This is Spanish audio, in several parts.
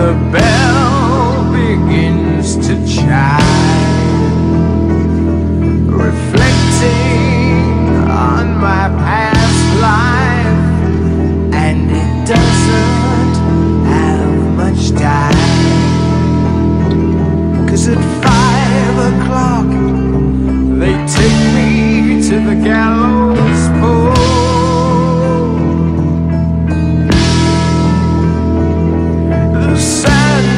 the bell begins to chime, reflecting on my past life, and it doesn't have much time, 'cause at 5 o'clock they take me to the gallows pole. The sun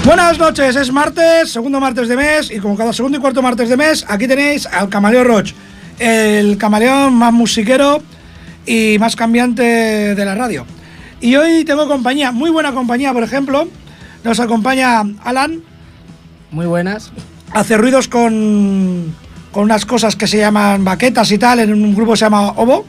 Buenas noches, es martes, segundo martes de mes, y como cada segundo y cuarto martes de mes, aquí tenéis al Camaleón Roig, el camaleón más musiquero y más cambiante de la radio. Y hoy tengo compañía, muy buena compañía, por ejemplo, nos acompaña Alan. Muy buenas. Hace ruidos con unas cosas que se llaman baquetas y tal, en un grupo que se llama Obo.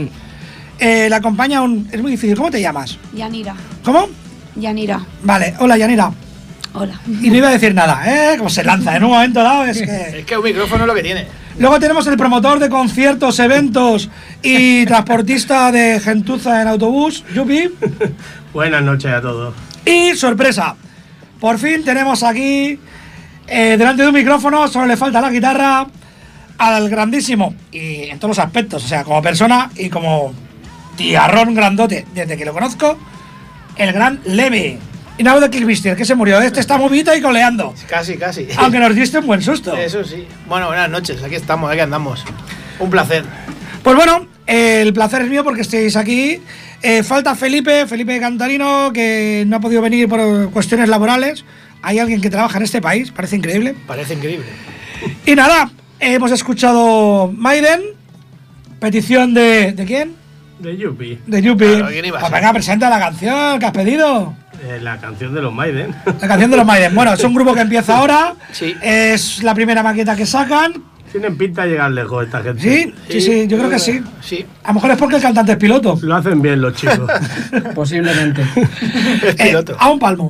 Le acompaña es muy difícil, ¿cómo te llamas? Yanira. ¿Cómo? Yanira. Vale, hola Yanira. Hola. Y no iba a decir nada, Como se lanza en un momento dado, es que... Es que un micrófono es lo que tiene. Luego tenemos el promotor de conciertos, eventos y transportista de gentuza en autobús, Yupi. Buenas noches a todos. Y sorpresa, por fin tenemos aquí, delante de un micrófono, solo le falta la guitarra, al grandísimo, y en todos los aspectos, o sea, como persona y como tiarrón grandote, desde que lo conozco, el gran Levi. Y nada de Kickbister, que se murió. Este está movito y coleando. Casi. Aunque nos diste un buen susto. Eso sí. Bueno, buenas noches. Aquí estamos, aquí andamos. Un placer. Pues bueno, el placer es mío porque estéis aquí. Falta Felipe Cantarino, que no ha podido venir por cuestiones laborales. Hay alguien que trabaja en este país, parece increíble. Parece increíble. Y nada, hemos escuchado Maiden, petición ¿de quién? De Yuppie. De Yuppie. Claro, ¿quién iba a Pues ser? venga, presenta la canción que has pedido. La canción de los Maiden. La canción de los Maiden. Bueno, es un grupo que empieza ahora. Sí. Es la primera maqueta que sacan. Tienen pinta de llegar lejos esta gente. Sí, yo creo que sí. Sí. A lo mejor es porque el cantante es piloto. Lo hacen bien los chicos. Posiblemente. Es piloto. A un palmo.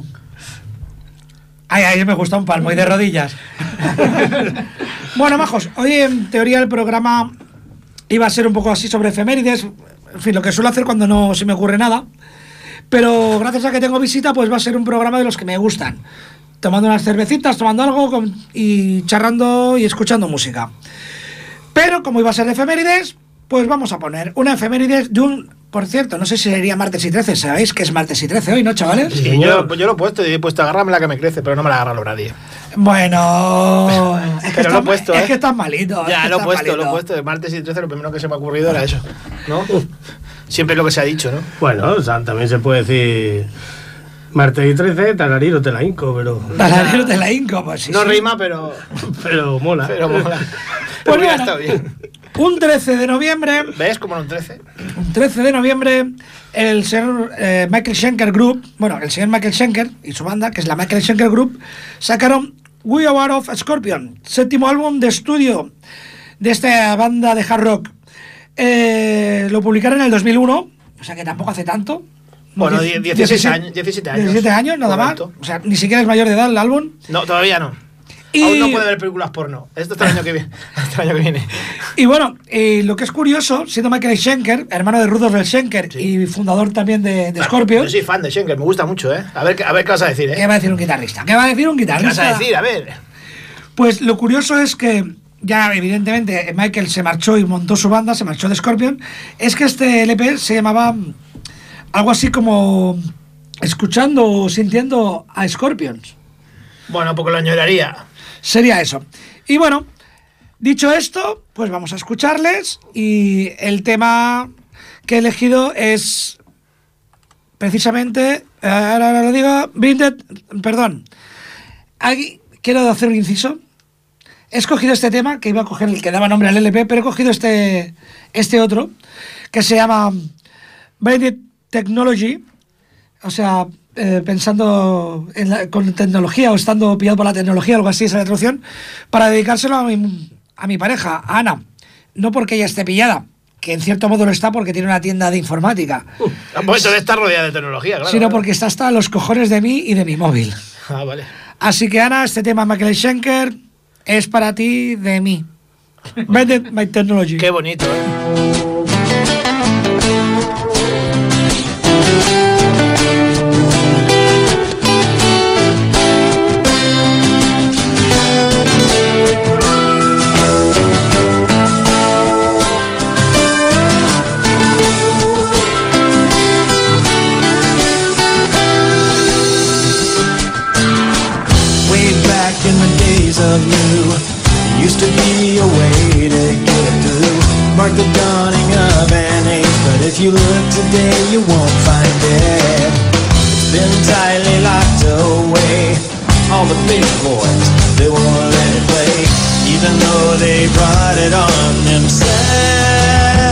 Ay, me gusta un palmo y de rodillas. Bueno, majos, hoy en teoría el programa iba a ser un poco así sobre efemérides. En fin, lo que suelo hacer cuando no se me ocurre nada. Pero gracias a que tengo visita, pues va a ser un programa de los que me gustan. Tomando unas cervecitas, tomando algo y charrando y escuchando música. Pero como iba a ser de efemérides, pues vamos a poner una efemérides de un... Por cierto, no sé si sería martes y 13. ¿Sabéis que es martes y 13 hoy, no, chavales? Sí, yo lo he puesto y he puesto agárrame la que me crece, pero no me la agarra nadie. Bueno, es que, Pero lo he puesto, es que estás malito. Ya, es que lo he estás puesto. malito. De martes y 13 lo primero que se me ha ocurrido era eso, ¿no? Siempre es lo que se ha dicho, ¿no? Bueno, o sea, también se puede decir martes y 13, tarariro te la hinco, pero... Tarariro te la hinco, pues sí. No sí. rima, pero mola. mola. Pues Hubiera bueno, estado bien. un 13 de noviembre, ¿Ves cómo no un 13? un 13 de noviembre, el señor Michael Schenker Group, bueno, el señor Michael Schenker y su banda, que es la Michael Schenker Group, sacaron We Are of Scorpion, séptimo álbum de estudio de esta banda de hard rock. Lo publicaron en el 2001, o sea que tampoco hace tanto. Bueno, 17 años. 17 años, nada Correcto. más. O sea, ni siquiera es mayor de edad el álbum. No, todavía no. Y- Aún no puede ver películas porno. Esto hasta el año que viene. Hasta el año que viene. Y bueno, lo que es curioso, siendo Michael Schenker, hermano de Rudolf Schenker Sí. y fundador también de Bueno, Scorpion, Yo soy fan de Schenker, me gusta mucho, ¿eh? A ver qué vas a decir, ¿eh? ¿qué va a decir un guitarrista? ¿Qué va a decir un ¿Qué vas guitarrista? a decir? A ver. Pues lo curioso es que ya evidentemente Michael se marchó y montó su banda, se marchó de Scorpion, es que este LP se llamaba algo así como Escuchando o Sintiendo a Scorpions. Bueno, porque lo añoraría. Sería eso. Y bueno, dicho esto, pues vamos a escucharles y el tema que he elegido es precisamente, ahora lo digo, perdón. Aquí quiero hacer un inciso. He escogido este tema, que iba a coger el que daba nombre al LP, pero he cogido este otro, que se llama Blinded Technology, o sea, pensando con tecnología o estando pillado por la tecnología, algo así, esa es la traducción, para dedicárselo a mi pareja, a Ana. No porque ella esté pillada, que en cierto modo lo está porque tiene una tienda de informática, Pues eso está rodeada de tecnología, claro. sino claro. porque está hasta los cojones de mí y de mi móvil. Ah, vale. Así que Ana, este tema Michael Schenker es para ti de mí. Blinded by Technology. Qué bonito, ¿eh? Way back in the days of you, there used to be a way to get through. Mark the dawning of an age, but if you look today, you won't find it. It's been tightly locked away. all the big boys, they won't let it play, even though they brought it on themselves.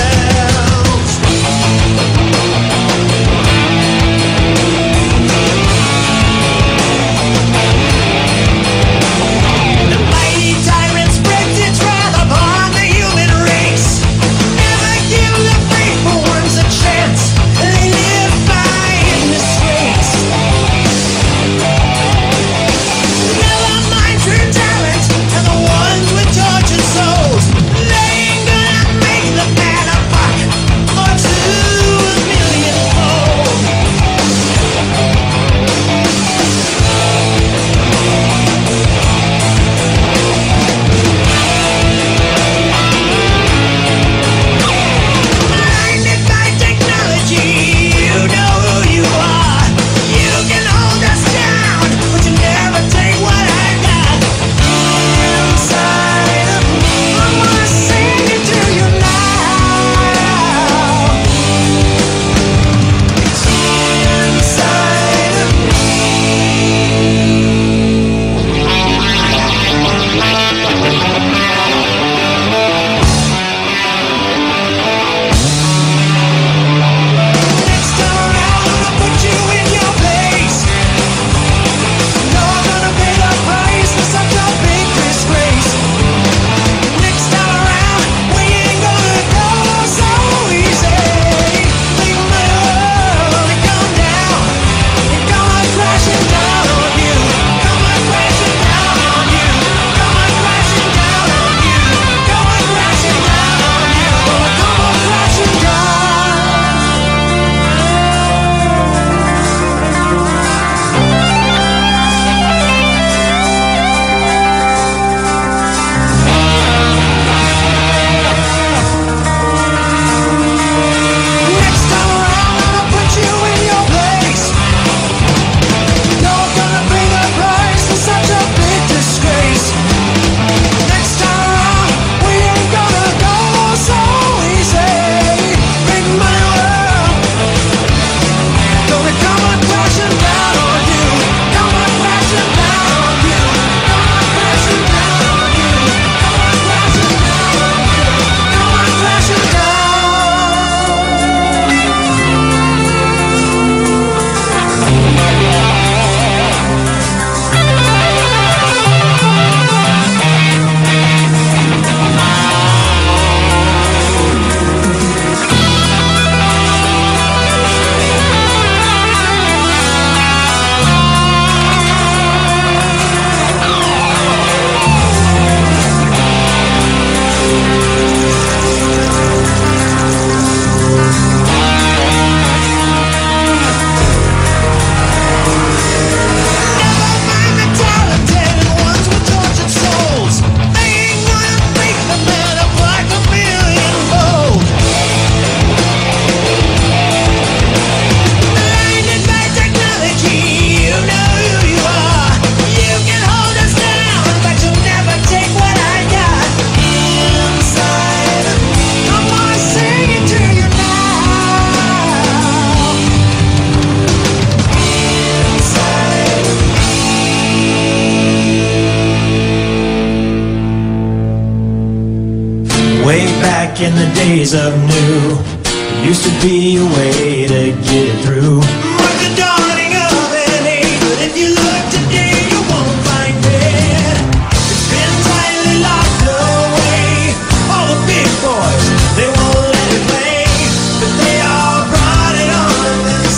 In the days of new, there used to be a way to get it through. Mark the dawning of an age, but if you look today, you won't find it. It's been tightly locked away. All the big boys, they won't let it play, but they all brought it on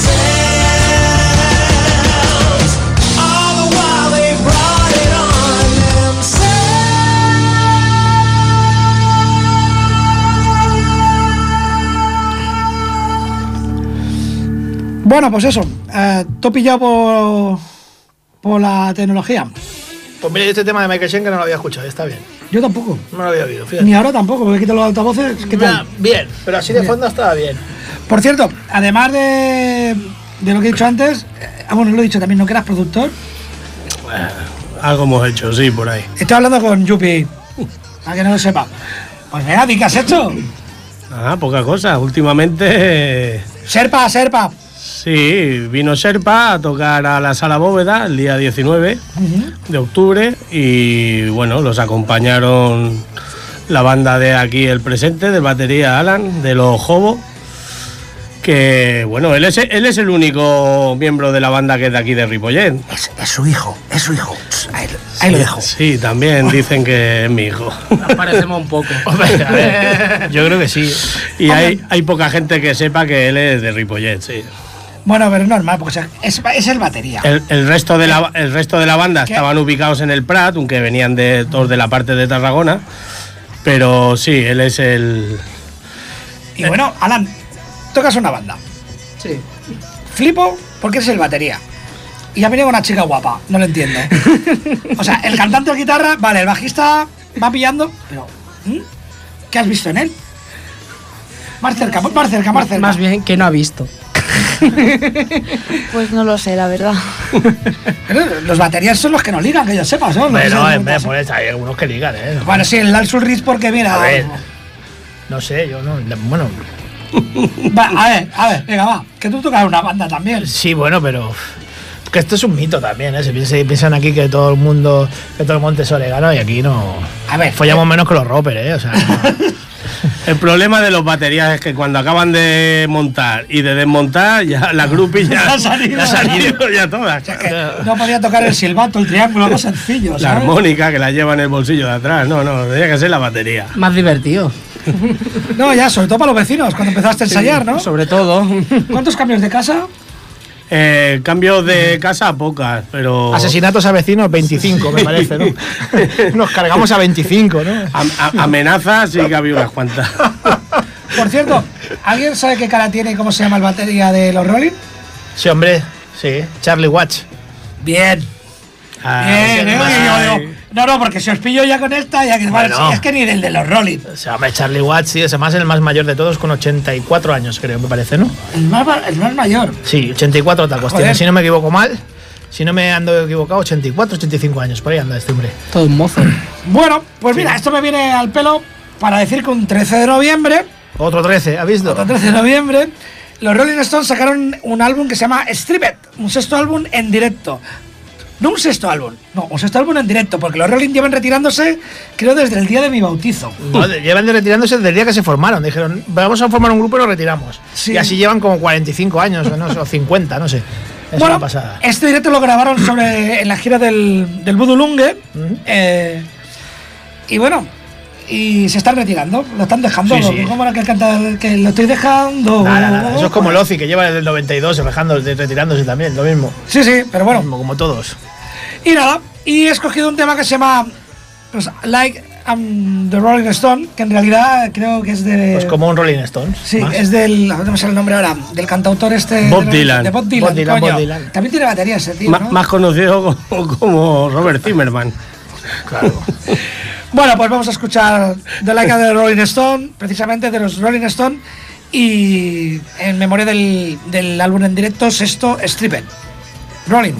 themselves. All the while they brought it on themselves. Bueno, pues eso, ¿te he pillado por la tecnología? Pues mira, este tema de Michael Schenker no lo había escuchado, está bien. Yo tampoco. No lo había oído, fíjate. Ni ahora tampoco, porque quito los altavoces. ¿Qué tal? Bien, pero así de fondo estaba bien. Por cierto, además de lo que he dicho antes, bueno, lo he dicho también, ¿no que eras productor? Algo hemos hecho, sí, por ahí. Estoy hablando con Yupi, para que no lo sepa. Pues venga, ¿qué has hecho? Ah, poca cosa. Últimamente... Serpa. Sí, vino Sherpa a tocar a la Sala Bóveda el día 19 de octubre y bueno, los acompañaron la banda de aquí El Presente, del batería Alan, de los Jobo, que bueno, él es el único miembro de la banda que es de aquí de Ripollet. Es su hijo. Ahí lo dejo. Sí, también dicen que es mi hijo. Nos parecemos un poco. Hombre, a ver, yo creo que sí. Y hay poca gente que sepa que él es de Ripollet, sí. Bueno, pero es normal, porque es el batería. El resto de la banda estaban ubicados en el Prat, aunque venían todos de la parte de Tarragona. Pero sí, él es el... Y bueno, Alan, tocas una banda. Sí. Flipo porque eres el batería. Y ha venido una chica guapa, no lo entiendo. O sea, el cantante de guitarra, vale, el bajista va pillando, pero ¿qué has visto en él? Más cerca. Más bien que no ha visto. Pues no lo sé, la verdad. Pero los baterías son los que no ligan, que yo sepa, ¿no? Bueno, en vez pues hay algunos que ligan, ¿eh? Bueno, sí, el Lars Ulrich porque mira... A ver, no sé, yo no... Bueno... A ver, venga, va, que tú tocas una banda también. Sí, bueno, pero... Que esto es un mito también, ¿eh? Se piensan aquí que todo el mundo... Que todo el monte es orégano y aquí no... A ver... Follamos menos que los roppers, ¿eh? O sea... El problema de los baterías es que cuando acaban de montar y de desmontar, ya la groupie ya Ha salido. ha salido ya todas. O sea, que no podía tocar el silbato, el triángulo, algo sencillo, La ¿sabes? armónica que la lleva en el bolsillo de atrás. No, tenía que ser la batería. Más divertido. No, ya, sobre todo para los vecinos, cuando empezaste a ensayar, ¿no? Sobre todo. ¿Cuántos cambios de casa? Cambios de casa pocas, pero... Asesinatos a vecinos, 25, me parece, ¿no? Nos cargamos a 25, ¿no? Amenazas sí que había unas cuantas. Por cierto, ¿alguien sabe qué cara tiene y cómo se llama el batería de los Rolling? Sí, hombre, sí. Charlie Watts. Bien. Bien, No, porque si os pillo ya con esta, ya que Bueno. vale, es que ni del de los Rolling. Se llama Charlie Watts, sí, es además el más mayor de todos, con 84 años, creo, me parece, ¿no? El más mayor. Sí, 84 tacos Joder. tiene, si no me equivoco mal. Si no me ando equivocado, 84, 85 años, por ahí anda este hombre. Todo un mozo. Bueno, pues mira, esto me viene al pelo para decir que un 13 de noviembre, Otro 13, ¿has visto? otro 13 de noviembre, los Rolling Stones sacaron un álbum que se llama Stripped, un sexto álbum en directo. No un sexto álbum, no, un sexto álbum en directo, porque los Rolling llevan retirándose, creo, desde el día de mi bautizo. No, llevan retirándose desde el día que se formaron. Dijeron, vamos a formar un grupo y lo retiramos. Sí. Y así llevan como 45 años, o, no sé, o 50, no sé. Es Bueno, una pasada. este directo lo grabaron en la gira del Voodoo Lunge. Y bueno, y se están retirando, lo están dejando. Sí, sí. ¿Cómo era que canta? Que lo estoy dejando. Nada. Eso es como Lofi, que lleva desde el 92 retirándose también, lo mismo. Sí, pero bueno. Como todos. Y nada, y he escogido un tema que se llama pues, Like the Rolling Stone, que en realidad creo que es de... Pues como un Rolling Stones. Sí, más. es del... No me sale el nombre ahora. Del cantautor este... Bob Dylan. De Bob Dylan, Bob Dylan, coño. Bob Dylan. También tiene batería ese tío, ¿no? Más conocido como Robert Zimmerman. Claro. Bueno, pues vamos a escuchar The Like the Rolling Stone, precisamente de los Rolling Stone, y en memoria del álbum en directo sexto, Stripped. Rolling.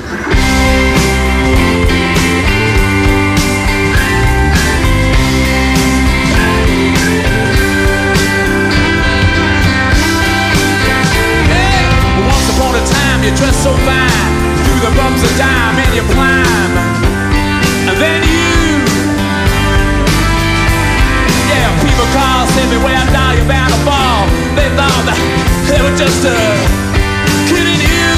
You dress so fine, through the bumps of dime and you climb, and then yeah, people call, say me where now you're bound to fall. They thought that they were just kidding you.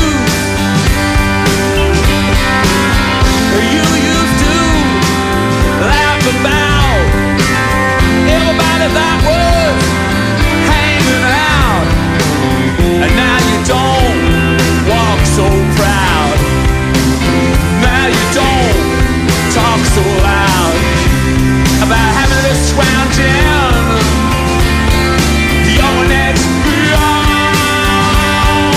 You used to laugh about everybody that was hanging out, and now you don't walk so proud. Now you don't talk so loud about having this scrounging your next beyond.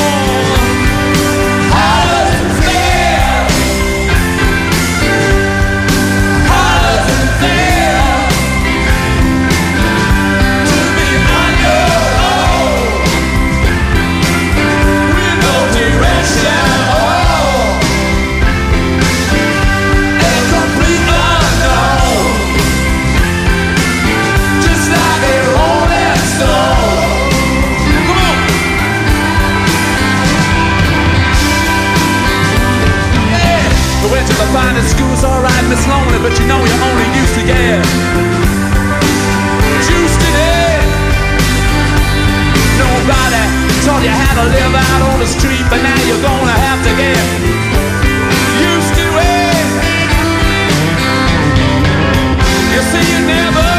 went to the finest schools, alright, Miss Lonely, but you know you only used to get juiced today. Nobody taught you how to live out on the street, but now you're gonna have to get used to it. You see, you never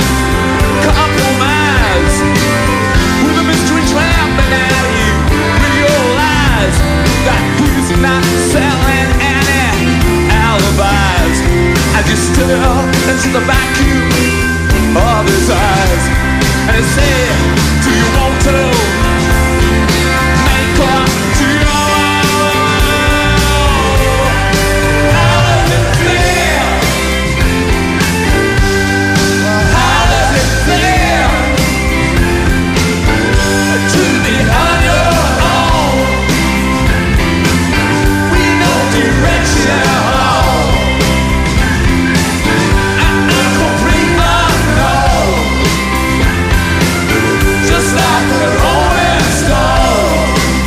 compromise with a mystery trap, but now you realize that he's not selling any alibis. As you stare into the vacuum of his eyes, and he said, do you want to make up to your how does it feel? How does it feel to be on your own? We know direction. And a complete unknown. Just like a rolling stone.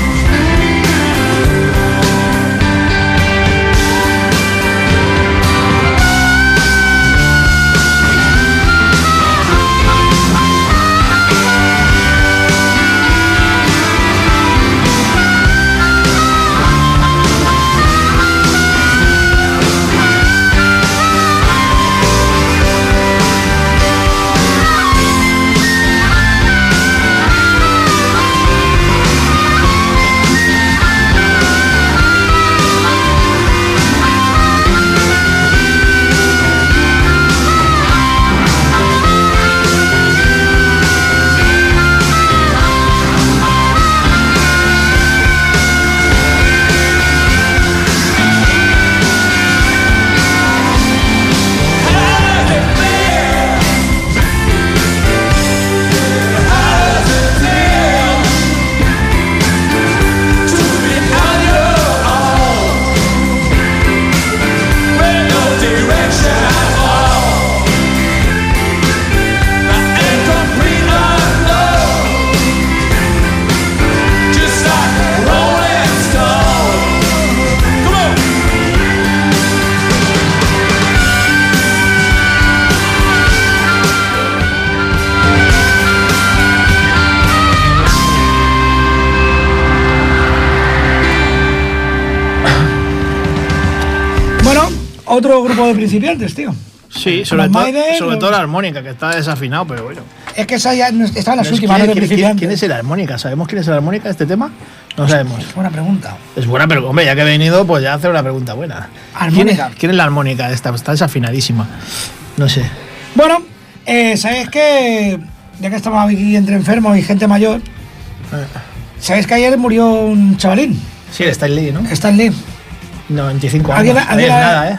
Otro grupo de principiantes, tío. Sí, Los Maiden, sobre todo la armónica, que está desafinado, pero bueno. Es que esa ya estaba en las ¿Quién- últimas quién- de quién- principiantes. ¿Quién es la armónica? ¿Sabemos quién es la armónica de este tema? No sabemos. Buena pregunta. Es buena, pero hombre, ya que he venido, pues ya hacer una pregunta buena. Armónica. ¿Quién es la armónica de esta? Está desafinadísima. No sé. Bueno, ¿sabéis que ya que estamos aquí entre enfermos y gente mayor, ¿sabéis que ayer murió un chavalín? Sí, el Stan Lee, ¿no? Stan Lee. 95 años. ¿Alguien- No alguien es ha- nada, ¿eh?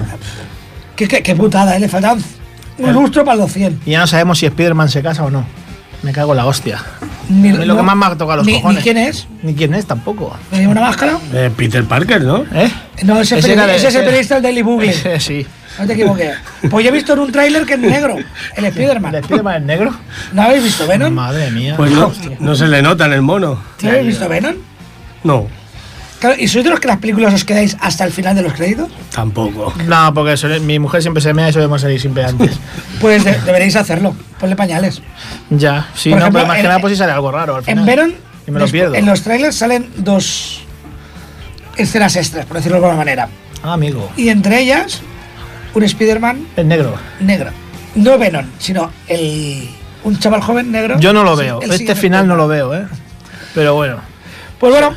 Qué putada, le faltaban un lustro para los 100. Y ya no sabemos si Spider-Man se casa o no. Me cago en la hostia. Ni, A mí lo que más me ha tocado los ni cojones. quién es. Ni quién es tampoco. ¿Me lleva una máscara? Peter Parker, ¿no? ¿Eh? No, ese era de- es el periodista del Daily Bugle. Sí. No te equivoques. Pues yo he visto en un tráiler que es negro, el ¿El Spiderman. Spider-Man es negro? ¿No habéis visto Venom? Madre mía. Pues no se le nota en el mono. ¿No habéis visto Venom? No, Claro, ¿y sois de los que las películas os quedáis hasta el final de los créditos? tampoco. No, porque mi mujer siempre se mea y solemos salir siempre antes. Pues deberéis hacerlo. Ponle pañales. Ya, sí, Por no, ejemplo, pero más que en- nada pues si sale algo raro al final. En Venom, Y me lo pierdo. en los trailers salen dos escenas extras, por decirlo de alguna manera. Ah, amigo. Y entre ellas, un Spider-Man Es negro. negro. No Venom, sino un chaval joven negro. Yo no lo Sí, veo. el Este siguiente final no Spider-Man. lo veo, ¿eh? Pero bueno. Pues bueno.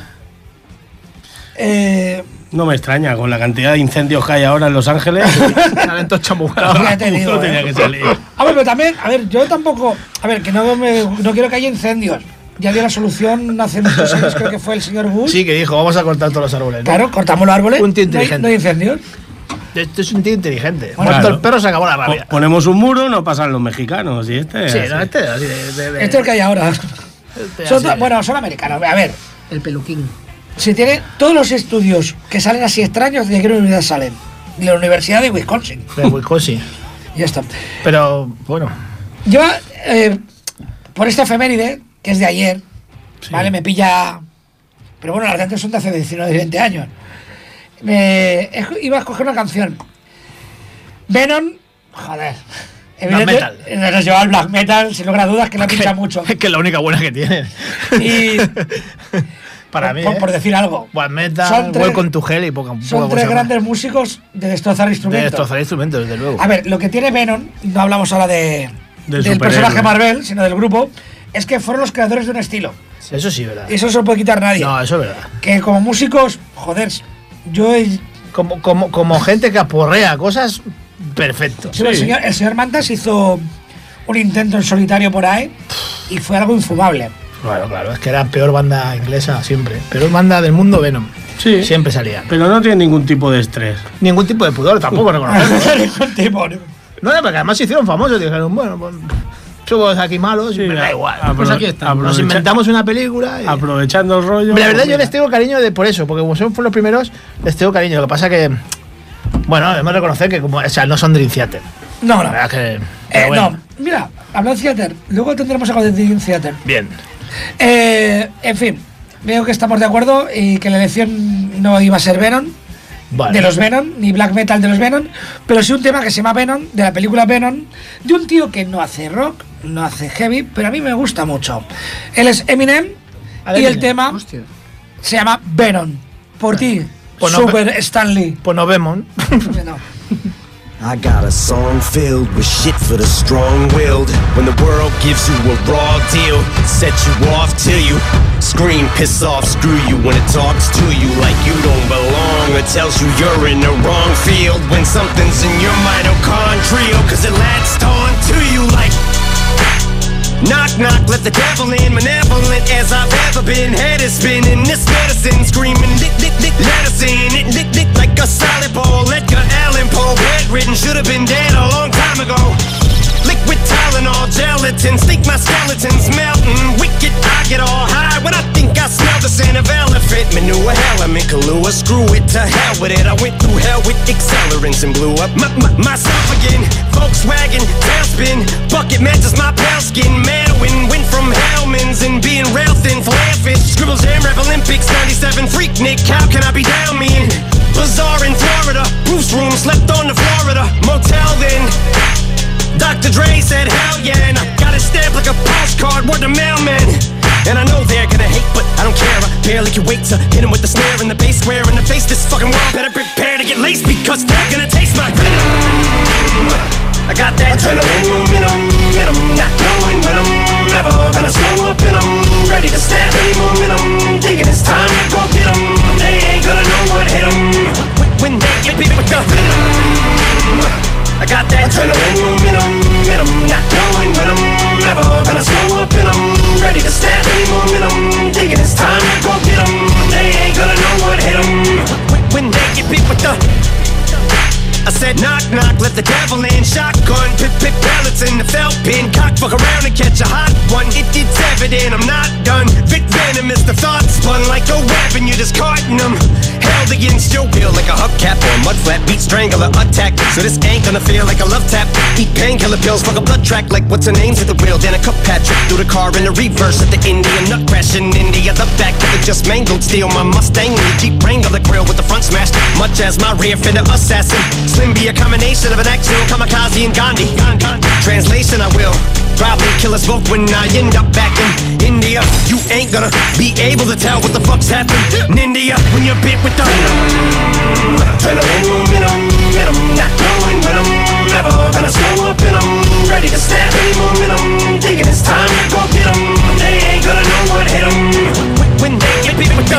No me extraña, con la cantidad de incendios que hay ahora en Los Ángeles. Salen todos chamuscados. Ya te digo, Uno tenía que salir. A ver, pero también, a ver, yo tampoco. A ver, que no quiero que haya incendios. Ya dio la solución hace muchos años, creo que fue el señor Bush. Sí, que dijo, vamos a cortar todos los árboles. ¿no? Claro, cortamos los árboles. Un tío no hay- inteligente. No hay incendios. Este es un tío inteligente. Bueno, Muerto claro. el perro, se acabó la rabia. Ponemos un muro, no pasan los mexicanos. Y este. Sí, así. no, este así de Esto es el que hay ahora. este Son, así de- bueno, son americanos. A ver, El peluquín. si tiene todos los estudios que salen así extraños, ¿de qué universidad salen? De la Universidad de Wisconsin. de Wisconsin. Y ya está. Pero, bueno. Yo, por esta efeméride, que es de ayer, ¿vale? Me pilla. Pero bueno, las de antes son de hace 19 y 20 años. iba a escoger una canción. Venom, joder. Metal. Nos lleva al black metal, sin lugar a dudas, que la pincha mucho. Es que es la única buena que tiene. Y para mí, por decir algo. Black metal, Welcome to Hell y poca son tres grandes músicos de destrozar instrumentos. De destrozar instrumentos, desde luego. A ver, lo que tiene Venom, no hablamos ahora del personaje Marvel, sino del grupo, es que fueron los creadores de un estilo. Eso sí, verdad. Y eso no se lo puede quitar nadie. No, eso es verdad. Que como músicos, joder, yo... Como gente que aporrea cosas, perfecto. Sí. El señor Mantas hizo un intento en solitario por ahí y fue algo infumable. Claro, es que era peor banda inglesa siempre. Peor banda del mundo, Venom. Sí. Siempre salía. Pero no tiene ningún tipo de estrés. Ningún tipo de pudor, tampoco reconocemos. Ningún tipo, ¿no? No, porque además se hicieron famosos. Dijeron, bueno, pues somos aquí malos, me da igual. Pues aquí estamos. Nos inventamos una película. Y... Aprovechando el rollo. La verdad, yo les tengo cariño por eso, porque como son los primeros, les tengo cariño. Lo que pasa que, bueno, debemos reconocer que no son Dream Theater. No. La verdad que, bueno. No, mira, hablando de Theater, luego tendremos algo de Dream Theater. Bien. En fin, veo que estamos de acuerdo y que la elección no iba a ser Venom. Vale. De los Venom, ni black metal de los Venom, pero sí un tema que se llama Venom, de la película Venom, de un tío que no hace rock, no hace heavy, pero a mí me gusta mucho. Él es Eminem y el tema se llama Venom. Por ti, pues Super Stanley. Pues nos vemos. No. I got a song filled with shit for the strong-willed. When the world gives you a raw deal, set you off till you scream, piss off, screw you. When it talks to you like you don't belong, or tells you you're in the wrong field. When something's in your mitochondrial, cause it latched on to you like knock, knock, let the devil in. Malevolent as I've ever been. Head is spinning, this medicine screaming. Dick, dick, dick, medicine. It dick, dick, like a solid ball. Edgar Allan Poe, bedridden, should have been dead a long time ago. Liquid Tylenol, gelatin, think my skeleton's melting. Wicked, I get all high when I think I smell the scent of elephant manure. Element Kahlua, screw it, to hell with it. I went through hell with accelerants and blew up myself again. Volkswagen, tailspin, bucket matches my pale skin. Manwin, went from Hellman's and being rail thin, flare fit. Scribble Jam, Rap Olympics, 97, freak Nick, how can I be down me in? Bazaar in Florida, Bruce room, slept on the Florida motel then. Dr. Dre said hell yeah, and I got it stamped like a postcard, word to mailman. And I know they're gonna hate, but I don't care. I barely can wait to hit 'em with the snare and the bass square in the face. This fucking world better prepare to get laced, because they're gonna taste my venom. I got that adrenaline momentum, not knowing when I'm never gonna slow up in 'em. Ready to stab any momentum, thinking it's time to go get 'em. They ain't gonna know what hit 'em when they get beat with the venom. I got that adrenaline momentum, not knowing when I'm never gonna slow up in 'em. Ready to stab any momentum, thinking it's time to go get 'em. They ain't gonna know what hit 'em when they get beat with the. I said knock knock, let the devil in. Shotgun, pip pellets in the felt pin. Cock fuck around and catch a hot one. It's evident I'm not done. Vic Venom is the thought spun like a weapon. You're discarding them. Held against your will like a hubcap or a mud flat. Beat strangler attack. So this ain't gonna feel like a love tap. Eat painkiller pills, fuck a blood track like what's her name's at the wheel. Then a cup Patrick through the car in the reverse at the Indian nut crash in India. The back of the just mangled steel. My Mustang in the Jeep Wrangler grill with the front smashed. Much as my rear fender assassin. Slim be a combination of an actual kamikaze and Gandhi. Translation, I will probably kill us both when I end up back in India. You ain't gonna be able to tell what the fuck's happened in India when you're bit with the adrenaline momentum, not knowing when I'm never gonna slow up in 'em. Ready to stab any momentum, thinking it's time to go get 'em. They ain't gonna know what hit 'em when they get bit with the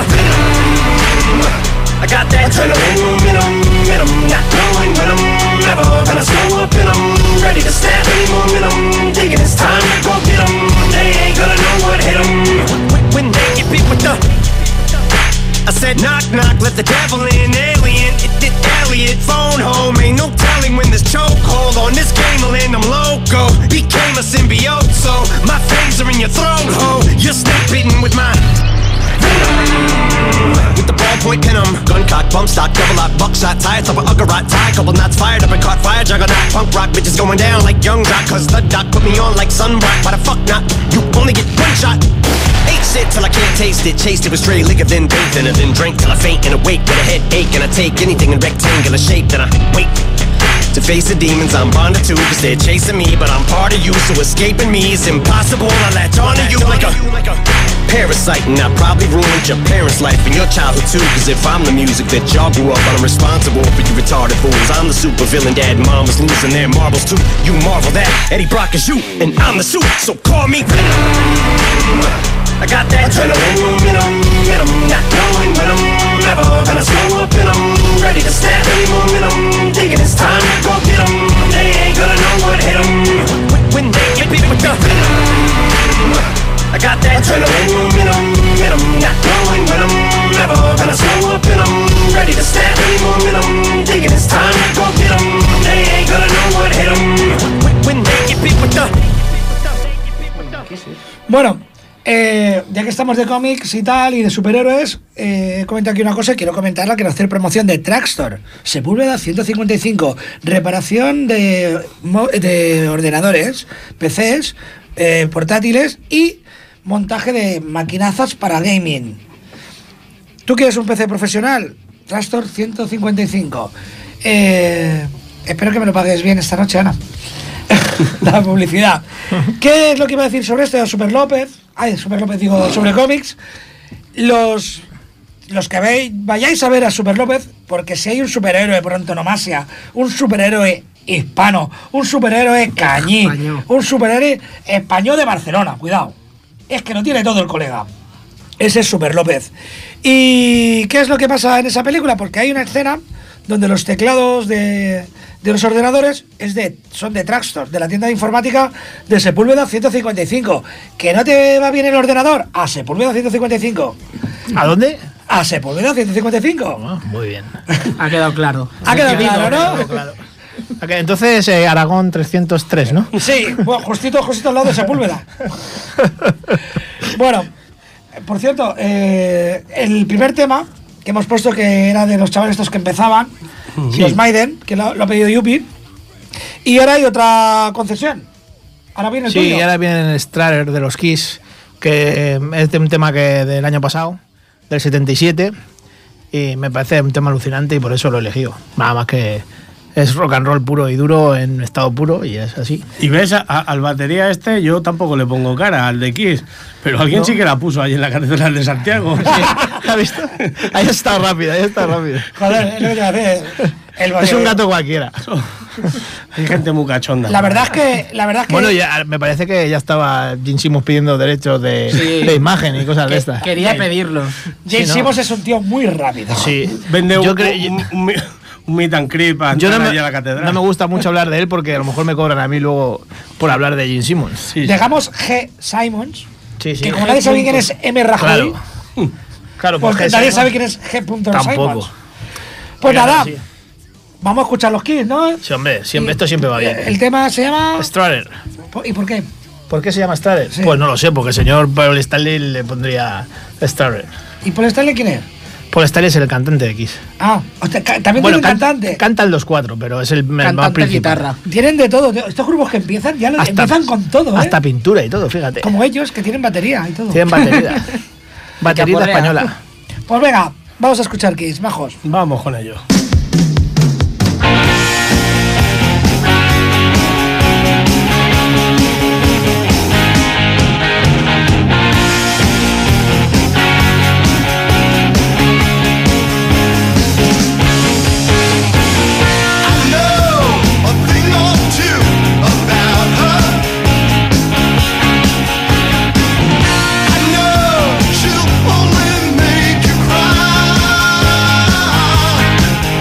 I got that adrenaline momentum, not knowing when I'm never gonna slow up in 'em. Ready to stab any momentum, thinking it's time to go get 'em. They ain't gonna know what hit 'em when they get beat with the. I said knock knock, let the devil in. Alien, it Elliot, phone home. Ain't no telling when this chokehold on this game will end. I'm loco, became a symbiote, so my fangs are in your throat, ho. You're snake bitten with my. With the ballpoint boy pin 'em. Gun cock, bump stock, double up, buckshot, tie, top of Uggarot, tie, couple knots fired up and caught fire, juggernaut, punk rock, bitches going down like young rock, cause the doc put me on like sunblock. Why the fuck not? You only get one shot. Ate shit till I can't taste it, chased it with stray liquor, then bathed in it, then drank till I faint and awake with a headache, and I take anything in rectangular shape, then I wait. To face the demons I'm bonded to, cause they're chasing me, but I'm part of you, so escaping me is impossible. I latch onto you like a parasite, and I probably ruined your parents' life and your childhood too, cause if I'm the music that y'all grew up on, I'm responsible for you retarded fools. I'm the super villain, dad and mom was losing their marbles too. You marvel that Eddie Brock is you, and I'm the suit, so call me Venom. I got that adrenaline momentum, not knowing when I'm never gonna slow up in 'em. Ready to snap any momentum, thinking it's time to go get 'em. They ain't gonna know what hit 'em when they get beat with the venom. I got that adrenaline momentum, not knowing when I'm never gonna slow up in 'em. Ready to snap any momentum, thinking it's time to go get 'em. They ain't gonna know what hit 'em when they get beat with the. Bueno, ya que estamos de cómics y tal, y de superhéroes, he comentado aquí una cosa y quiero comentarla. Quiero hacer promoción de Trackstore, Sepúlveda 155, reparación de ordenadores, PCs, portátiles y montaje de maquinazas para gaming. ¿Tú quieres un PC profesional? Trackstore 155. Espero que me lo pagues bien esta noche, Ana. La publicidad. ¿Qué es lo que iba a decir sobre esto? Super López digo, sobre cómics. Los que vayáis a ver a Super López, porque si hay un superhéroe por antonomasia, un superhéroe hispano, un superhéroe cañí, un superhéroe español de Barcelona, cuidado, es que no tiene todo el colega. Ese es Super López. ¿Y qué es lo que pasa en esa película? Porque hay una escena donde los teclados de los ordenadores son de Trackstore, de la tienda de informática de Sepúlveda 155. ¿Que no te va bien el ordenador? A Sepúlveda 155. ¿A dónde? A Sepúlveda 155. Oh, muy bien. Ha quedado claro. Ha quedado claro, ¿no? Claro. Okay, entonces Aragón 303, ¿no? Sí, bueno, justito al lado de Sepúlveda. Bueno, por cierto, el primer tema que hemos puesto, que era de los chavales estos que empezaban, sí, los Maiden, que lo ha pedido Yuppie, y ahora hay otra concesión. Ahora viene el tuyo. Sí, ahora viene el Stratter de los Kiss, que es de un tema del año pasado, del 77, y me parece un tema alucinante y por eso lo he elegido. Nada más que es rock and roll puro y duro, en estado puro, y es así. Y ves, al batería yo tampoco le pongo cara, al de Kiss, pero alguien sí que la puso ahí en la carretera de Santiago. Sí. ¿Has visto? Ahí está rápido. Joder, es lo que te hace. Es un gato cualquiera. Hay gente muy cachonda. La verdad es que bueno, ya, me parece que ya estaba Gene Simmons pidiendo derechos de imagen y cosas de estas. Quería pedirlo. Gene Simmons es un tío muy rápido. Sí. Vende un meet and creep a la catedral. No me gusta mucho hablar de él porque a lo mejor me cobran a mí luego por hablar de Gene Simmons. Sí. Digamos G. Simons, sí. Que como nadie sabe quién es M. Rajoy, claro, pues nadie sabe quién es G. Simons. Pues nada, sí. Vamos a escuchar los Kiss, ¿no? Sí, hombre, esto siempre va bien. El tema se llama Stratter. ¿Y por qué? ¿Por qué se llama Stratter? Sí. Pues no lo sé, porque el señor Paul Stanley le pondría Stratter. ¿Y Paul Stanley quién es? Paul Stanley es el cantante de Kiss. Ah, también tiene un cantante. Cantan los cuatro, pero es el más principal. Guitarra. Tienen de todo. Estos grupos que empiezan, empiezan con todo, Hasta pintura y todo, fíjate. Como ellos, que tienen batería y todo. Tienen batería. Batería española. Pues venga, vamos a escuchar Kiss, majos. Vamos con ello. She'll only make you cry.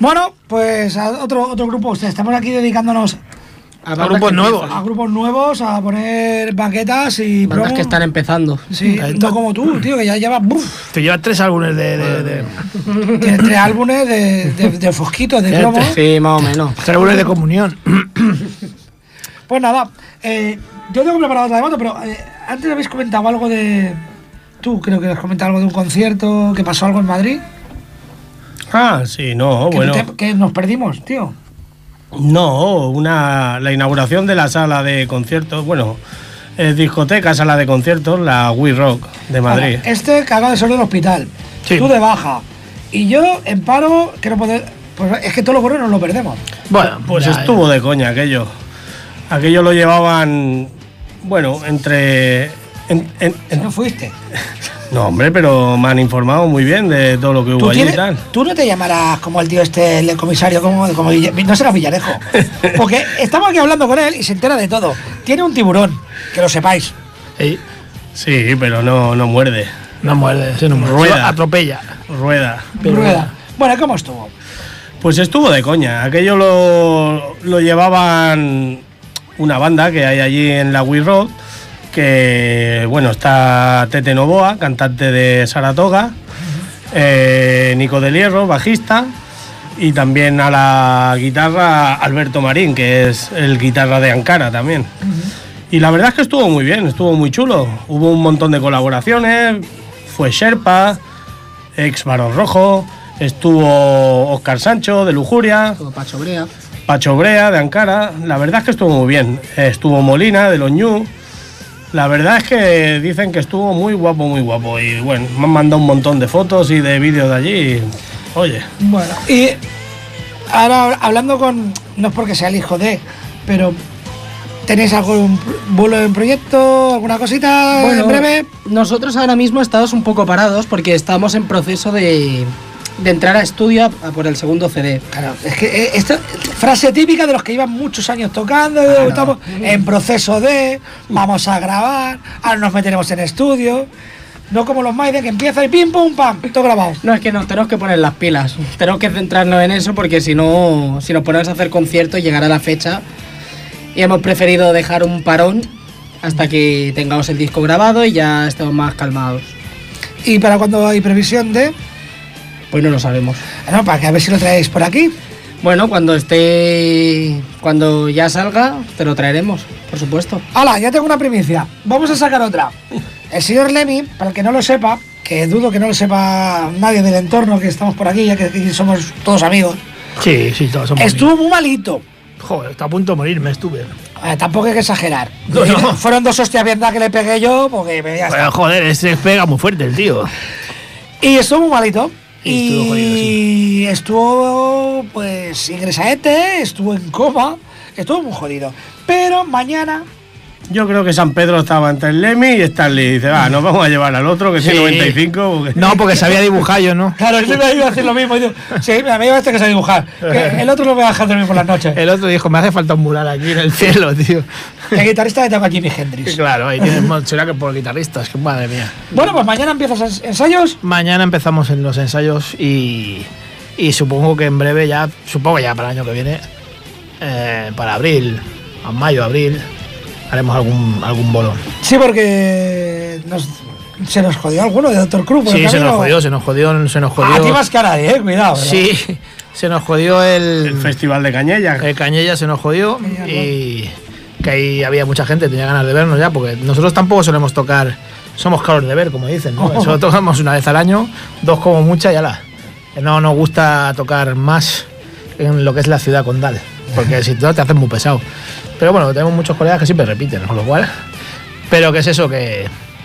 Bueno, pues a otro grupo. Estamos aquí dedicándonos A grupos nuevos. a grupos nuevos, a poner baquetas y Bandas promo. que están empezando. Sí, no como tú, tío, que ya llevas... Te llevas 3 álbumes de Tienes 3 álbumes de fosquitos, de promo. Sí, más o menos. 3 álbumes de comunión. Pues nada, yo tengo preparado otra de moto, pero antes habéis comentado algo de... Tú creo que has comentado algo de un concierto, que pasó algo en Madrid. Ah, sí, no, Que, bueno. que nos perdimos, tío. No, la inauguración de la sala de conciertos, bueno, discoteca, sala de conciertos, la We Rock de Madrid. Ahora, este cagado de sol del hospital. Sí. Tú de baja. Y yo en paro, que no poder... Pues es que todo lo bueno nos lo perdemos. Bueno, Pues ya, estuvo de coña aquello. Aquello lo llevaban, bueno, entre... No fuiste. No, hombre, pero me han informado muy bien de todo lo que hubo allí y tal. Tú no te llamarás como el tío este, el comisario, como no será Villarejo. Porque estamos aquí hablando con él y se entera de todo. Tiene un tiburón, que lo sepáis. Sí, Sí, pero no muerde. no muerde, sí, no muerde. Rueda. Solo atropella. Rueda. Rueda. Bueno, ¿cómo estuvo? Pues estuvo de coña. Aquello lo llevaban una banda que hay allí en la We Rock, que, bueno, está Tete Novoa, cantante de Saratoga, Nico del Hierro, bajista, y también a la guitarra Alberto Marín, que es el guitarra de Ankara también. Y la verdad es que estuvo muy bien, estuvo muy chulo. Hubo un montón de colaboraciones, fue Sherpa, ex Barón Rojo, estuvo Óscar Sancho de Lujuria, Todo Pacho Brea. Pacho Brea de Ankara. La verdad es que estuvo muy bien. Estuvo Molina de los Ñu. La verdad es que dicen que estuvo muy guapo, muy guapo. Y bueno, me han mandado un montón de fotos y de vídeos de allí. Y, oye, Bueno, y ahora hablando con... No es porque sea el hijo de... Pero... ¿Tenéis algún vuelo en proyecto? ¿Alguna cosita en breve? Nosotros ahora mismo estamos un poco parados porque estamos en proceso de entrar a estudio a por el segundo CD. Claro, es que esta frase típica de los que llevan muchos años tocando, estamos en proceso de, vamos a grabar, ahora nos meteremos en estudio, no como los Maiden que empieza y pim pum pam, todo grabado. No, es que nos tenemos que poner las pilas. Tenemos que centrarnos en eso porque si no, si nos ponemos a hacer conciertos, llegará la fecha. Y hemos preferido dejar un parón hasta que tengamos el disco grabado y ya estemos más calmados. ¿Y para cuándo hay previsión de? Pues no lo sabemos. No, para que a ver si lo traéis por aquí. Bueno, cuando ya salga, te lo traeremos, por supuesto. ¡Hala! Ya tengo una primicia. Vamos a sacar otra. El señor Lemmy, para el que no lo sepa, que dudo que no lo sepa nadie del entorno, que estamos por aquí, ya que aquí somos todos amigos, Sí, todos somos estuvo muy malito. amigos. Joder, está a punto de morirme, estuve. Tampoco hay que exagerar. No, no. Fueron 2 hostias bien dadas que le pegué yo, porque me Pero, joder, ese pega muy fuerte el tío. Y estuvo muy malito. Y estuvo jodido, Y estuvo, pues, ingresaete, estuvo en coma, estuvo muy jodido. Pero mañana, yo creo que San Pedro estaba entre el Lemmy y Stanley. Dice, va, nos vamos a llevar al otro, que Sí. tiene 95. Porque... No, porque sabía dibujar yo, ¿no? claro, yo me iba a decir lo mismo. Y digo, sí, mira, me lleva este que sabe dibujar. Que el otro lo voy a dejar dormir por las noches. El otro dijo, me hace falta un mural aquí en el cielo, tío. El guitarrista le toca a Jimi Hendrix. Claro, ahí tienes, será que por guitarristas, que madre mía. Bueno, pues mañana empiezas ensayos. Mañana empezamos en los ensayos y supongo que en breve ya, para el año que viene, para abril, a mayo, abril, haremos algún bolo. Sí, porque se nos jodió alguno de Doctor Cruz. por el Sí, se camino. nos jodió. A ti más que a nadie, cuidado. ¿verdad? Sí, se nos jodió El Festival de Cañella. el Cañella, se nos jodió y que ahí había mucha gente, tenía ganas de vernos ya, porque nosotros tampoco solemos tocar, somos caros de ver, como dicen, ¿no? Solo tocamos una vez al año, 2 como mucha y ala. No nos gusta tocar más en lo que es la ciudad condal, porque si no te haces muy pesado. Pero bueno, tenemos muchos colegas que siempre repiten, con lo cual. Pero que es eso, que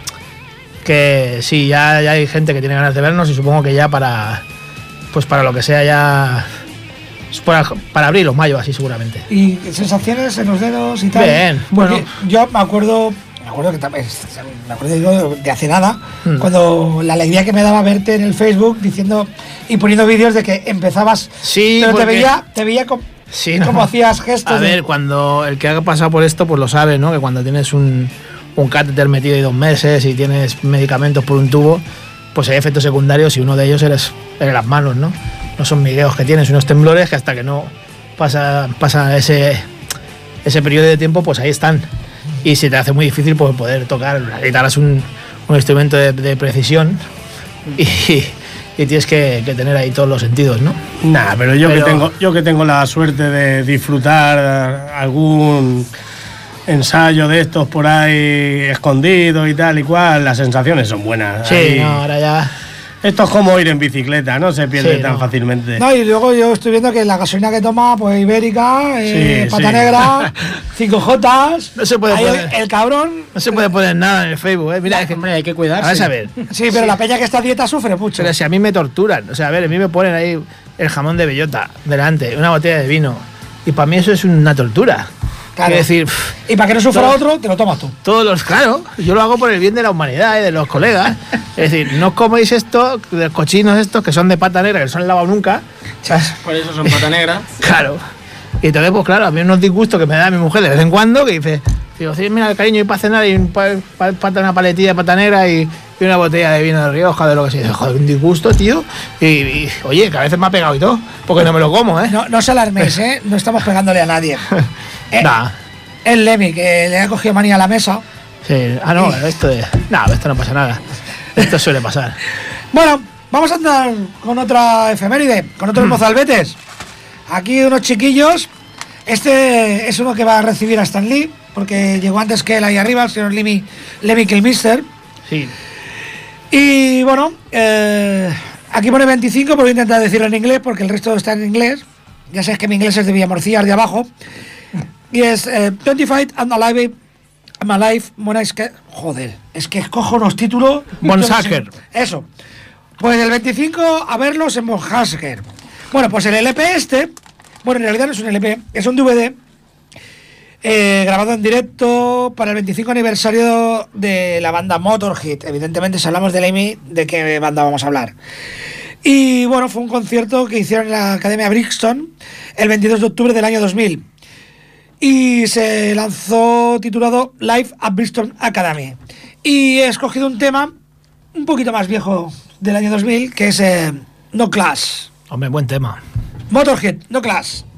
sí, ya hay gente que tiene ganas de vernos y supongo que ya para lo que sea ya. Para abril o mayo, así seguramente. Y sensaciones en los dedos y tal. Bien, Porque bueno. yo me acuerdo que también, me acuerdo yo de hace nada, cuando la alegría que me daba verte en el Facebook diciendo y poniendo vídeos de que empezabas. Sí, pero porque- te veía como, Sí, como hacías gestos. A ver, cuando el que ha pasado por esto, pues lo sabe, ¿no? Que cuando tienes un catéter metido de 2 meses y tienes medicamentos por un tubo, pues hay efectos secundarios y uno de ellos eres las manos, ¿no? no son migueos que tienes, unos temblores que hasta que no pasa ese periodo de tiempo, pues ahí están. Y se te hace muy difícil pues, poder tocar. La guitarra es un instrumento de precisión y tienes que tener ahí todos los sentidos, ¿no? Nah, pero yo que tengo la suerte de disfrutar algún ensayo de estos por ahí escondido y tal y cual, las sensaciones son buenas. Sí, ahí. no, ahora ya... Esto es como ir en bicicleta, no se pierde Sí, tan no. fácilmente. No, y luego yo estoy viendo que la gasolina que toma, pues Ibérica, Sí, Pata sí. Negra, 5J. No se puede Ahí poner. el cabrón. No se puede poner nada en el Facebook, ¿eh? Mira, es que... Hombre, hay que cuidarse. Vamos a ver. Sí, pero la peña que está a dieta sufre mucho. Pero si a mí me torturan, o sea, a ver, a mí me ponen ahí el jamón de bellota delante, una botella de vino, y para mí eso es una tortura. Claro. Quiero decir, Y para que no sufra Todo- otro, te lo tomas tú. todos los, claro, yo lo hago por el bien de la humanidad y de los colegas. Es decir, no os coméis esto, de los cochinos estos que son de pata negra, que no se han lavado nunca. ¿Sabes? Por eso son pata negra. Claro. Y entonces, pues claro, a mí unos disgustos que me da mi mujer de vez en cuando, que dice, digo, sí, mira, cariño, y para cenar y una paletilla de pata negra y una botella de vino de Rioja, de lo que sea. Joder, un disgusto, tío. Y, oye, que a veces me ha pegado y todo, porque no me lo como, ¿eh? No os alarméis, ¿eh? No estamos pegándole a nadie. Nah. El Lemmy, que le ha cogido manía a la mesa. Sí. Ah, no, esto no pasa nada. Esto suele pasar. Bueno, vamos a andar con otra efeméride, con otros mozalbetes. Aquí unos chiquillos. Este es uno que va a recibir a Stan Lee, porque llegó antes que él ahí arriba, el señor Lemmy Kilmister. Sí. Y bueno, aquí pone 25, pero voy a intentar decirlo en inglés, porque el resto está en inglés. Ya sabes que mi inglés es de Villamorcillas, de abajo. Y es 25 and alive. I'm alive when I joder, es que escojo unos títulos. Von Sacker. Eso. Pues el 25 a verlos en Von Sacker. Bueno, pues el LP este, bueno, en realidad no es un LP, es un DVD grabado en directo para el 25 aniversario de la banda Motorhead. Evidentemente, si hablamos de Lemmy, ¿de qué banda vamos a hablar? Y bueno, fue un concierto que hicieron en la Academia Brixton el 22 de octubre del año 2000. Y se lanzó titulado Live at Brixton Academy. Y he escogido un tema un poquito más viejo del año 2000, que es No Class. Hombre, buen tema. Motorhead, No Class.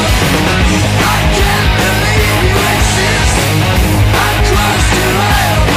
I can't believe you exist. I crossed your aisle.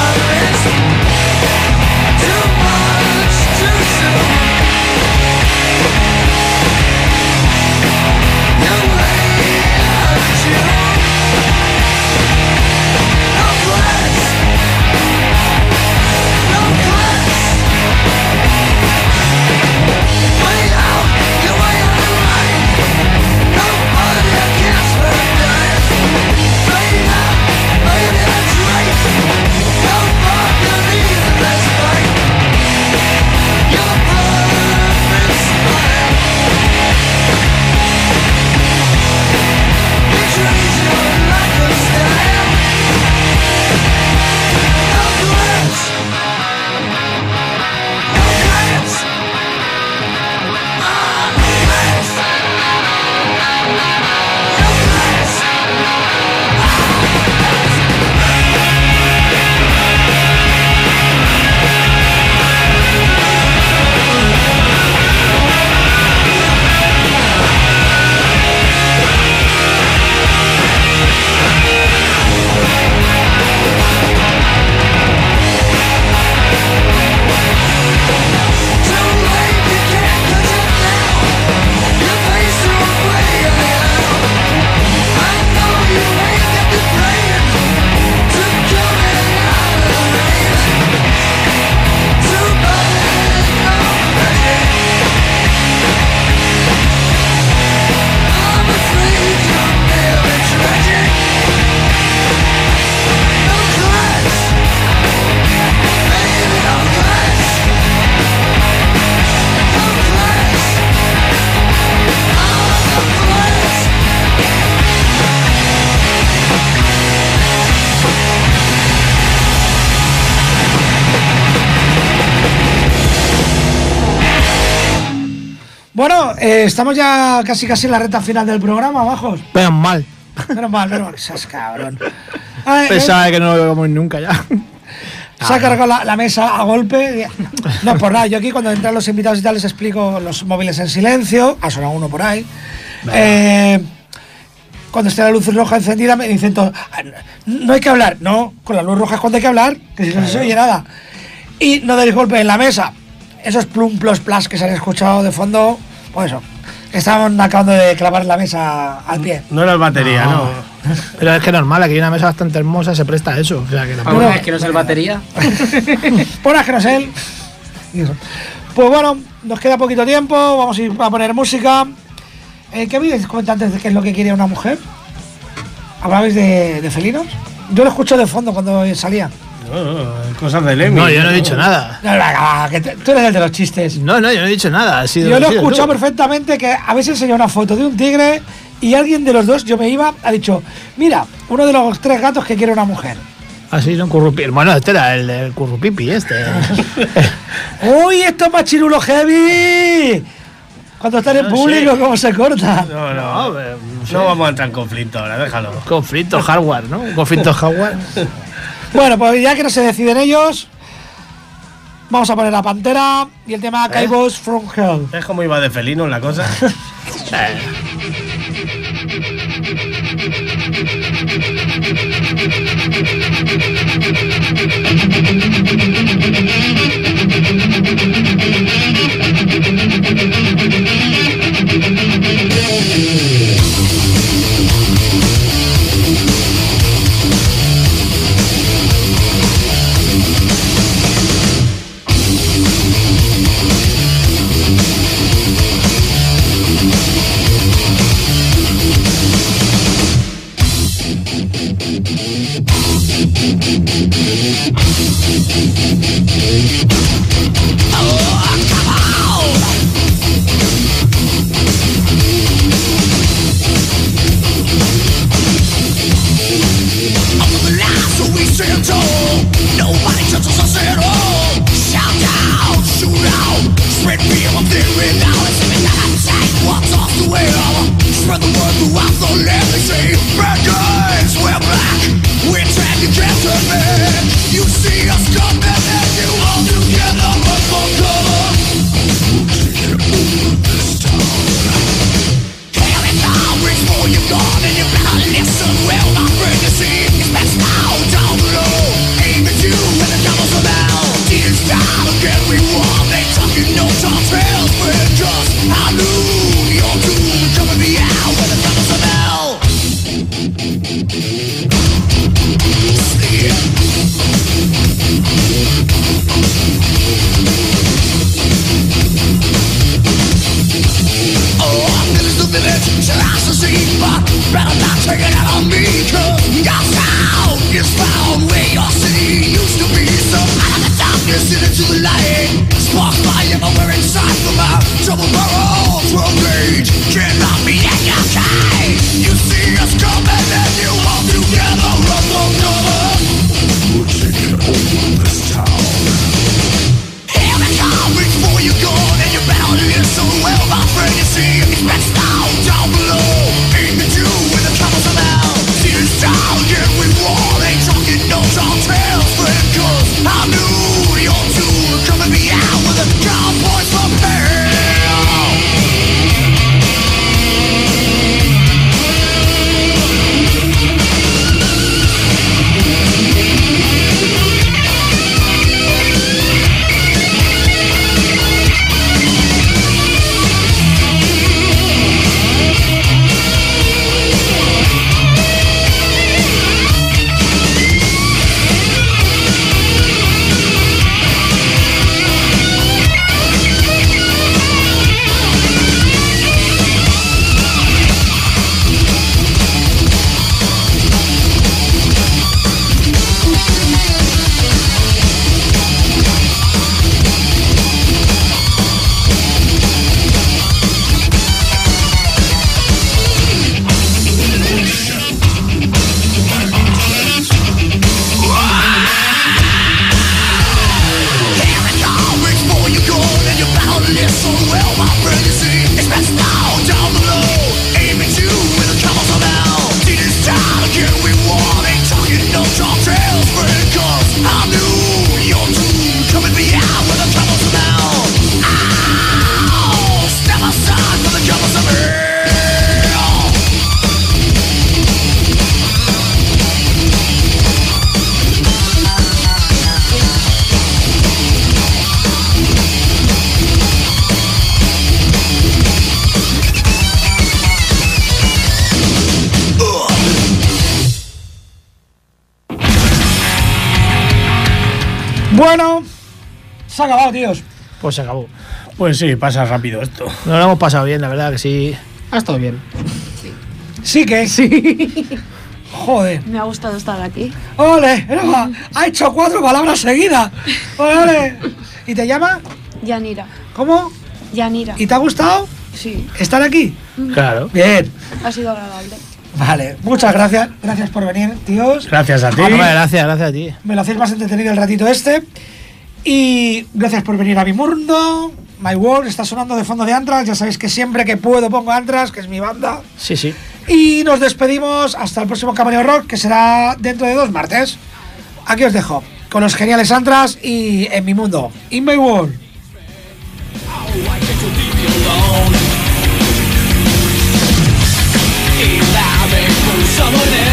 Bueno, estamos ya casi en la recta final del programa, bajos. Menos mal. Menos mal, seas cabrón. Ay, Pensaba que no lo vemos nunca ya. se ha cargado la mesa a golpe. No, por nada, yo aquí cuando entran los invitados y tal les explico los móviles en silencio. Ha sonado uno por ahí. Cuando esté la luz roja encendida me dicen todo, no hay que hablar. No, con la luz roja es cuando hay que hablar, que si no se oye nada. Y no deis golpe en la mesa. Esos plum, plos, plas que se han escuchado de fondo, pues eso. Estaban acabando de clavar la mesa al pie. No era el batería, no. Pero es que normal, aquí hay una mesa bastante hermosa, se presta a eso. O sea, que tampoco... ¿Alguna vez que no es el batería? Buenas que no es él. Pues bueno, nos queda poquito tiempo, vamos a ir a poner música. ¿Qué habéis comentado antes de qué es lo que quiere una mujer? ¿Hablabais de felinos? Yo lo escucho de fondo cuando salía. No, cosas de Lemmy. No, yo no he dicho nada. No, que tú eres el de los chistes. No, yo no he dicho nada. Yo lo he escuchado perfectamente, que habéis enseñado una foto de un tigre y alguien de los dos, yo me iba, ha dicho, mira, uno de los 3 gatos que quiere una mujer. Así, no, currupipi. Bueno, este era el del currupipi, este. ¡Uy, esto es machirulo heavy! Cuando está en público, sé. ¿cómo se corta? No vamos a entrar en conflicto ahora, déjalo. Conflicto hardware, ¿no? Conflicto hardware. Bueno, pues ya que no se deciden ellos, vamos a poner la Pantera y el tema Caibos from Hell. ¿Ves cómo iba de felino la cosa? Bueno, se ha acabado, tíos. Pues se acabó. Pues sí, pasa rápido esto. Nos lo hemos pasado bien, la verdad que sí. Ha estado bien. Sí que. Sí. Joder. Me ha gustado estar aquí. ¡Ole! Ha hecho 4 palabras seguidas. ¡Ole, ole! ¿Y te llama? Yanira. ¿Cómo? Yanira. ¿Y te ha gustado Sí, estar aquí? Claro. Bien. ha sido agradable. Vale, muchas gracias. Gracias por venir, tíos. Gracias a ti. Hombre, gracias a ti. Me lo hacéis más entretenido el ratito este. Y gracias por venir a mi mundo. My World está sonando de fondo de Anthrax. Ya sabéis que siempre que puedo pongo Anthrax, que es mi banda. Sí, sí. Y nos despedimos hasta el próximo Camareo Rock, que será dentro de 2 martes. Aquí os dejo con los geniales Anthrax y En mi mundo. In My World. Someone else.